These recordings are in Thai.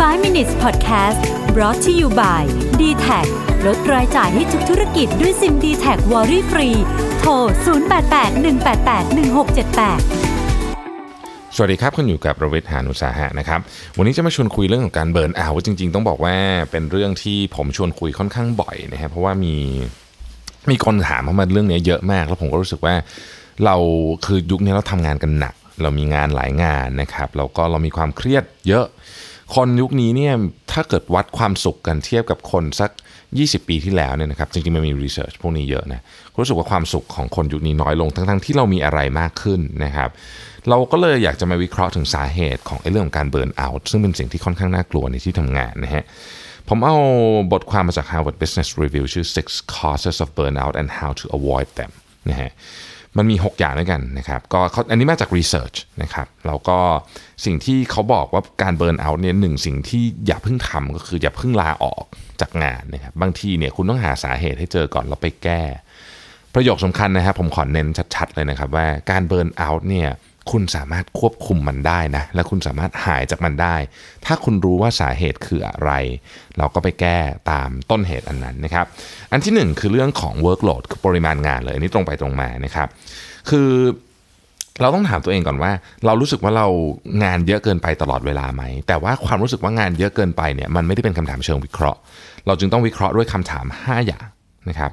5 minutes podcast brought to you by D-Tech ลดรายจ่ายให้ทุกธุรกิจด้วยซิม D-Tech Worry Free โทร 0881881678 สวัสดีครับคุณอยู่กับประวิทย์ หาญอุตสาหะนะครับวันนี้จะมาชวนคุยเรื่องของการเบิร์นเอาท์จริงๆต้องบอกว่าเป็นเรื่องที่ผมชวนคุยค่อนข้างบ่อยนะครับเพราะว่ามีคนถามเข้ามาเรื่องนี้เยอะมากแล้วผมก็รู้สึกว่าเราคือยุคนี้เราทำงานกันหนักเรามีงานหลายงานนะครับแล้วก็เรามีความเครียดเยอะคนยุคนี้เนี่ยถ้าเกิดวัดความสุขกันเทียบกับคนสัก20 ปีที่แล้วเนี่ยนะครับจริงๆมันมีรีเสิร์ชพวกนี้เยอะนะรู้สึกว่าความสุขของคนยุคนี้น้อยลงทั้งที่เรามีอะไรมากขึ้นนะครับเราก็เลยอยากจะมาวิเคราะห์ถึงสาเหตุของเรื่องของการเบิร์นเอาท์ซึ่งเป็นสิ่งที่ค่อนข้างน่ากลัวในที่ทำงานนะฮะผมเอาบทความมาจาก Harvard Business Review ชื่อ Six Causes of Burnout and How to Avoid Them นะฮะมันมี6อย่างด้วยกันนะครับก็อันนี้มาจาก research นะครับแล้วก็สิ่งที่เขาบอกว่าการเบิร์นเอาท์เนี่ยหนึ่งสิ่งที่อย่าเพิ่งทำก็คืออย่าเพิ่งลาออกจากงานนะครับบางทีเนี่ยคุณต้องหาสาเหตุให้เจอก่อนแล้วไปแก้ประโยคสำคัญนะครับผมขอเน้นชัดๆเลยนะครับว่าการเบิร์นเอาท์เนี่ยคุณสามารถควบคุมมันได้นะและคุณสามารถหายจากมันได้ถ้าคุณรู้ว่าสาเหตุคืออะไรเราก็ไปแก้ตามต้นเหตุอันนั้นนะครับอันที่1คือเรื่องของ workload คือปริมาณงานเลยอันนี้ตรงไปตรงมานะครับคือเราต้องถามตัวเองก่อนว่าเรารู้สึกว่าเรางานเยอะเกินไปตลอดเวลาไหมแต่ว่าความรู้สึกว่างานเยอะเกินไปเนี่ยมันไม่ได้เป็นคำถามเชิงวิเคราะห์เราจึงต้องวิเคราะห์ด้วยคำถาม5อย่างนะครับ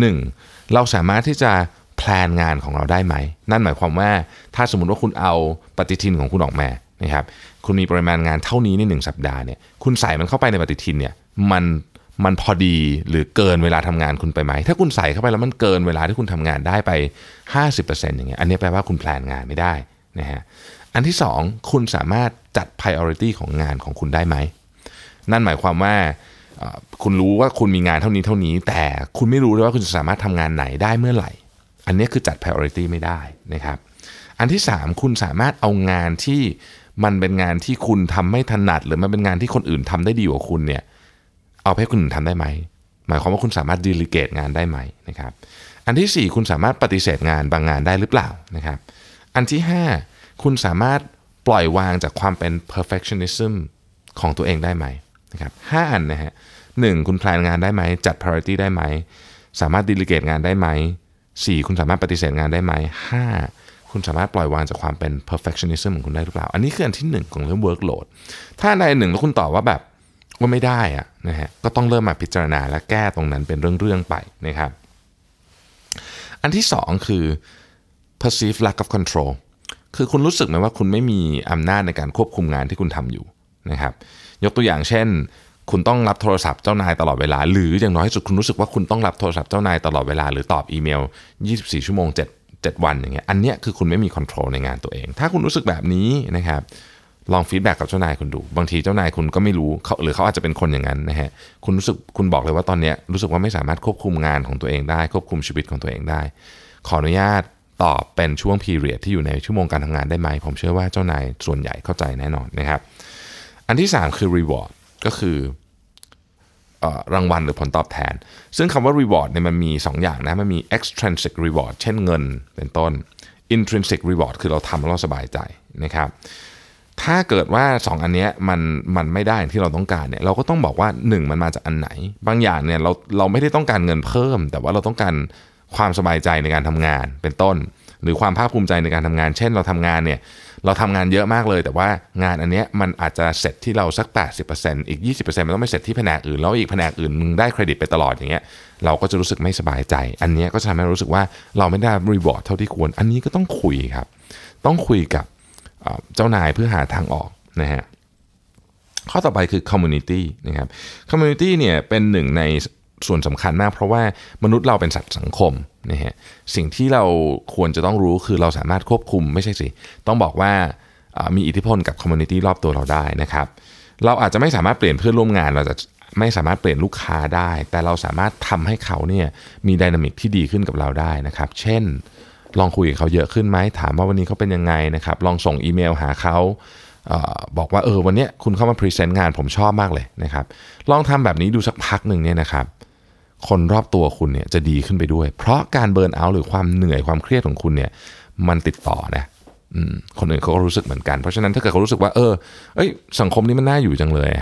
1เราสามารถที่จะแพลนงานของเราได้ไหมนั่นหมายความว่าถ้าสมมุติว่าคุณเอาปฏิทินของคุณออกมานะครับคุณมีปริมาณงานเท่านี้ใน1สัปดาห์เนี่ยคุณใส่มันเข้าไปในปฏิทินเนี่ยมันพอดีหรือเกินเวลาทำงานคุณไปไหมถ้าคุณใส่เข้าไปแล้วมันเกินเวลาที่คุณทำงานได้ไป 50% อย่างเงี้ยอันนี้แปลว่าคุณแพลนงานไม่ได้นะฮะอันที่2คุณสามารถจัด priority ของงานของคุณได้ไหมนั่นหมายความว่าคุณรู้ว่าคุณมีงานเท่านี้แต่คุณไม่รู้เลยว่าคุณจะสามารถทำงานไหนได้เมื่อไหร่อันนี้คือจัด priority ไม่ได้นะครับอันที่3คุณสามารถเอางานที่มันเป็นงานที่คุณทำไม่ถนัดหรือมันเป็นงานที่คนอื่นทำได้ดีกว่าคุณเนี่ยเอาไปให้คนอื่นทำได้ไหมหมายความว่าคุณสามารถ delegate งานได้ไหมนะครับอันที่4คุณสามารถปฏิเสธงานบางงานได้หรือเปล่านะครับอันที่5คุณสามารถปล่อยวางจากความเป็น perfectionism ของตัวเองได้ไหมนะครับ5อันนะฮะ1คุณแพลนงานได้ไหมจัด priority ได้ไหมสามารถ delegate งานได้ไหม4คุณสามารถปฏิเสธงานได้ไหม5คุณสามารถปล่อยวางจากความเป็น perfectionism ของคุณได้หรือเปล่าอันนี้คืออันที่1ของเรื่อง workload ถ้าอันใดหนึ่งแล้วคุณตอบว่าแบบว่าไม่ได้อะนะฮะก็ต้องเริ่มมาพิจารณาและแก้ตรงนั้นเป็นเรื่องๆไปนะครับอันที่2คือ perceived lack of control คือคุณรู้สึกไหมว่าคุณไม่มีอำนาจในการควบคุมงานที่คุณทำอยู่นะครับยกตัวอย่างเช่นคุณต้องรับโทรศัพท์เจ้านายตลอดเวลาหรืออย่างน้อยที่สุดคุณรู้สึกว่าคุณต้องรับโทรศัพท์เจ้านายตลอดเวลาหรือตอบอีเมล24 ชั่วโมง7วันอย่างเงี้ยอันเนี้ยคือคุณไม่มีคอนโทรลในงานตัวเองถ้าคุณรู้สึกแบบนี้นะครับลองฟีดแบ็กกับเจ้านายคุณดูบางทีเจ้านายคุณก็ไม่รู้หรือเขาอาจจะเป็นคนอย่างนั้นนะฮะคุณบอกเลยว่าตอนนี้รู้สึกว่าไม่สามารถควบคุมงานของตัวเองได้ควบคุมชีวิตของตัวเองได้ขออนุญาตตอบเป็นช่วง period ที่อยู่ในชั่วโมงการทำงานได้ไหมผมเชื่อว่าเจ้านายส่วนใหญ่เข้าใจแน่นอนนะครับอันที่3คือ reward ก็คือรางวัลหรือผลตอบแทนซึ่งคำว่า reward เนี่ยมันมี2อย่างนะมันมี extrinsic reward เช่นเงินเป็นต้น intrinsic reward คือเราทำแล้วเราสบายใจนะครับถ้าเกิดว่า2อันนี้มันไม่ได้อย่างที่เราต้องการเนี่ยเราก็ต้องบอกว่า1มันมาจากอันไหนบางอย่างเนี่ยเราไม่ได้ต้องการเงินเพิ่มแต่ว่าเราต้องการความสบายใจในการทำงานเป็นต้นหรือความภาคภูมิใจในการทำงานเช่นเราทำงานเนี่ยเราทำงานเยอะมากเลยแต่ว่างานอันเนี้ยมันอาจจะเสร็จที่เราสัก 80% อีก 20% มันต้องไปเสร็จที่แผนกอื่นแล้วอีกแผนกอื่นมึงได้เครดิตไปตลอดอย่างเงี้ยเราก็จะรู้สึกไม่สบายใจอันเนี้ยก็จะทำให้รู้สึกว่าเราไม่ได้รีวอร์ดเท่าที่ควรอันนี้ก็ต้องคุยครับต้องคุยกับเจ้านายเพื่อหาทางออกนะฮะข้อต่อไปคือ community นะครับ community เนี่ยเป็นหนึ่งในส่วนสำคัญมากเพราะว่ามนุษย์เราเป็นสัตว์สังคมนะฮะสิ่งที่เราควรจะต้องรู้คือเราสามารถควบคุมไม่ใช่สิต้องบอกว่ามีอิทธิพลกับ community รอบตัวเราได้นะครับเราอาจจะไม่สามารถเปลี่ยนเพื่อนร่วมงานเราจะไม่สามารถเปลี่ยนลูกค้าได้แต่เราสามารถทำให้เขาเนี่ยมีไดนามิกที่ดีขึ้นกับเราได้นะครับเช่นลองคุยกับเขาเยอะขึ้นไหมถามว่าวันนี้เขาเป็นยังไงนะครับลองส่งอีเมลหาเขาบอกว่าวันนี้คุณเข้ามาพรีเซนต์งานผมชอบมากเลยนะครับลองทำแบบนี้ดูสักพักหนึ่งเนี่ยนะครับคนรอบตัวคุณเนี่ยจะดีขึ้นไปด้วยเพราะการเบิร์นเอาท์หรือความเหนื่อยความเครียดของคุณเนี่ยมันติดต่อนะคนอื่นเขาก็รู้สึกเหมือนกันเพราะฉะนั้นถ้าเกิดเขารู้สึกว่าสังคมนี้มันน่าอยู่จังเลยฮะ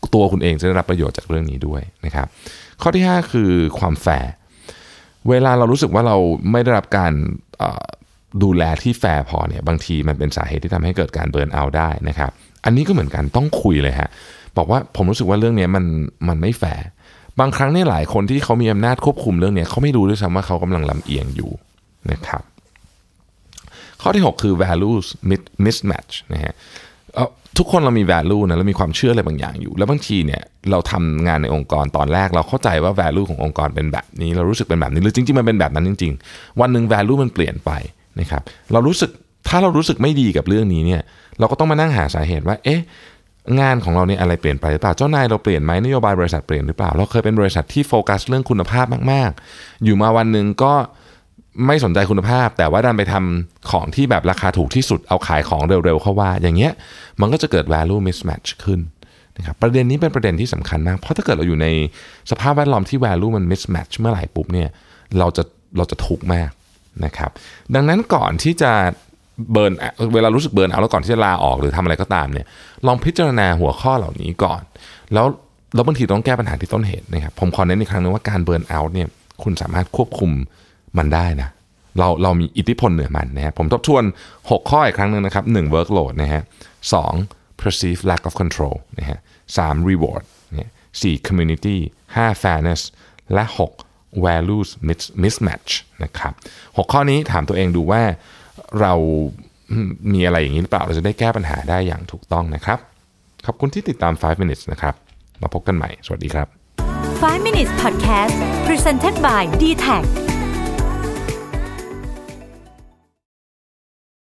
ตัวคุณเองจะได้รับประโยชน์จากเรื่องนี้ด้วยนะครับข้อที่5คือความแฟร์เวลาเรารู้สึกว่าเราไม่ได้รับการดูแลที่แฟร์พอเนี่ยบางทีมันเป็นสาเหตุที่ทำให้เกิดการเบิร์นเอาท์ได้นะครับอันนี้ก็เหมือนกันต้องคุยเลยฮะบอกว่าผมรู้สึกว่าเรื่องนี้มันไม่แฟร์บางครั้งเนี่ยหลายคนที่เขามีอำนาจควบคุมเรื่องนี้เขาไม่รู้ด้วยซ้ำว่าเขากำลังลำเอียงอยู่นะครับข้อที่6คือ values mismatch นะฮะทุกคนเรามี value นะเรามีความเชื่ออะไรบางอย่างอยู่แล้วบางทีเนี่ยเราทำงานในองค์กรตอนแรกเราเข้าใจว่า value ขององค์กรเป็นแบบนี้เรารู้สึกเป็นแบบนี้หรือจริงๆมันเป็นแบบนั้นจริงๆวันนึง value มันเปลี่ยนไปนะครับถ้าเรารู้สึกไม่ดีกับเรื่องนี้เนี่ยเราก็ต้องมานั่งหาสาเหตุว่าเอ๊ะงานของเราเนี่ยอะไรเปลี่ยนไปหรือเปล่าเจ้านายเราเปลี่ยนไหมนโยบายบริษัทเปลี่ยนหรือเปล่าเราเคยเป็นบริษัทที่โฟกัสเรื่องคุณภาพมากๆอยู่มาวันนึงก็ไม่สนใจคุณภาพแต่ว่าดันไปทำของที่แบบราคาถูกที่สุดเอาขายของเร็วๆเข้าว่าอย่างเงี้ยมันก็จะเกิด value mismatch ขึ้นนะครับประเด็นนี้เป็นประเด็นที่สำคัญมากเพราะถ้าเกิดเราอยู่ในสภาพแวดล้อมที่ value มัน mismatch เมื่อไหร่ปุ๊บเนี่ยเราจะทุกข์มากนะครับดังนั้นก่อนที่จะเวลารู้สึกเบิร์นเอาแล้วก่อนที่จะลาออกหรือทำอะไรก็ตามเนี่ยลองพิจารณาหัวข้อเหล่านี้ก่อนแล้วบางทีต้องแก้ปัญหาที่ต้นเหตุนะครับผมขอเน้นอีกครั้งนึงว่าการเบิร์นเอาเนี่ยคุณสามารถควบคุมมันได้นะเรามีอิทธิพลเหนือมันนะฮะผมทบทวน6ข้ออีกครั้งนึงนะครับ1 workload นะฮะ2 perceived lack of control นะฮะ3 reward นะ4 community 5 fairness และ6 values mismatch นะครับ6ข้อนี้ถามตัวเองดูว่าเรามีอะไรอย่างนี้หรือเปล่าเราจะได้แก้ปัญหาได้อย่างถูกต้องนะครับขอบคุณที่ติดตาม5 minutes นะครับมาพบกันใหม่สวัสดีครับ 5 minutes podcast presented by DTAC